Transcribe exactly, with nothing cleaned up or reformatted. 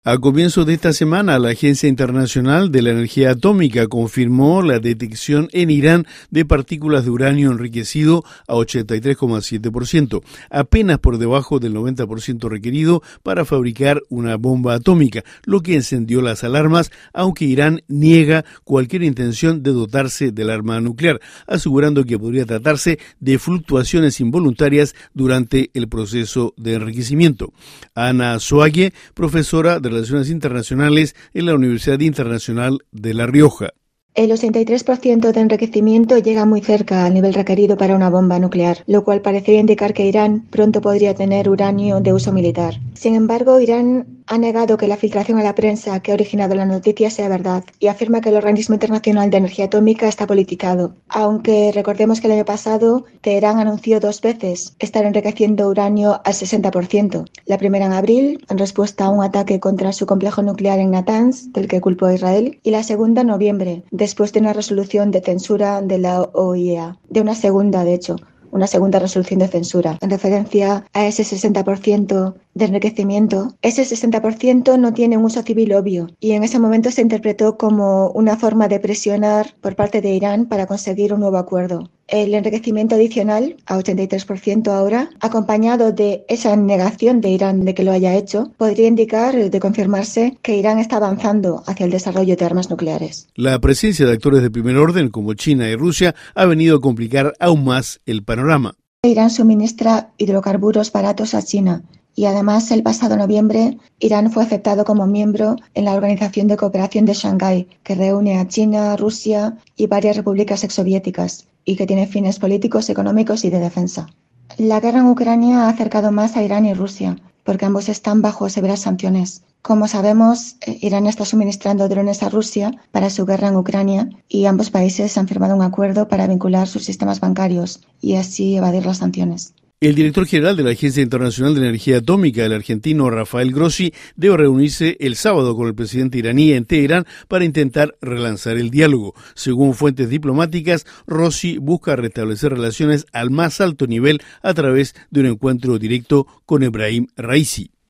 A comienzos de esta semana, la Agencia Internacional de la Energía Atómica confirmó la detección en Irán de partículas de uranio enriquecido a ochenta y tres coma siete por ciento, apenas por debajo del noventa por ciento requerido para fabricar una bomba atómica, lo que encendió las alarmas, aunque Irán niega cualquier intención de dotarse del arma nuclear, asegurando que podría tratarse de fluctuaciones involuntarias durante el proceso de enriquecimiento. Ana Soague, profesora de Relaciones Internacionales en la Universidad Internacional de La Rioja. El ochenta y tres por ciento de enriquecimiento llega muy cerca al nivel requerido para una bomba nuclear, lo cual parecería indicar que Irán pronto podría tener uranio de uso militar. Sin embargo, Irán ha negado que la filtración a la prensa que ha originado la noticia sea verdad y afirma que el Organismo Internacional de Energía Atómica está politizado. Aunque recordemos que el año pasado Teherán anunció dos veces estar enriqueciendo uranio al sesenta por ciento. La primera en abril, en respuesta a un ataque contra su complejo nuclear en Natanz, del que culpó a Israel, y la segunda en noviembre, después de una resolución de censura de la O I E A, de una segunda, de hecho, una segunda resolución de censura, en referencia a ese sesenta por ciento de enriquecimiento. Ese sesenta por ciento no tiene un uso civil obvio y en ese momento se interpretó como una forma de presionar por parte de Irán para conseguir un nuevo acuerdo. El enriquecimiento adicional, a ochenta y tres por ciento ahora, acompañado de esa negación de Irán de que lo haya hecho, podría indicar, de confirmarse, que Irán está avanzando hacia el desarrollo de armas nucleares. La presencia de actores de primer orden como China y Rusia ha venido a complicar aún más el panorama. Irán suministra hidrocarburos baratos a China. Y además, el pasado noviembre, Irán fue aceptado como miembro en la Organización de Cooperación de Shanghái, que reúne a China, Rusia y varias repúblicas exsoviéticas, y que tiene fines políticos, económicos y de defensa. La guerra en Ucrania ha acercado más a Irán y Rusia, porque ambos están bajo severas sanciones. Como sabemos, Irán está suministrando drones a Rusia para su guerra en Ucrania y ambos países han firmado un acuerdo para vincular sus sistemas bancarios y así evadir las sanciones. El director general de la Agencia Internacional de Energía Atómica, el argentino Rafael Grossi, debe reunirse el sábado con el presidente iraní en Teherán para intentar relanzar el diálogo. Según fuentes diplomáticas, Grossi busca restablecer relaciones al más alto nivel a través de un encuentro directo con Ebrahim Raisi.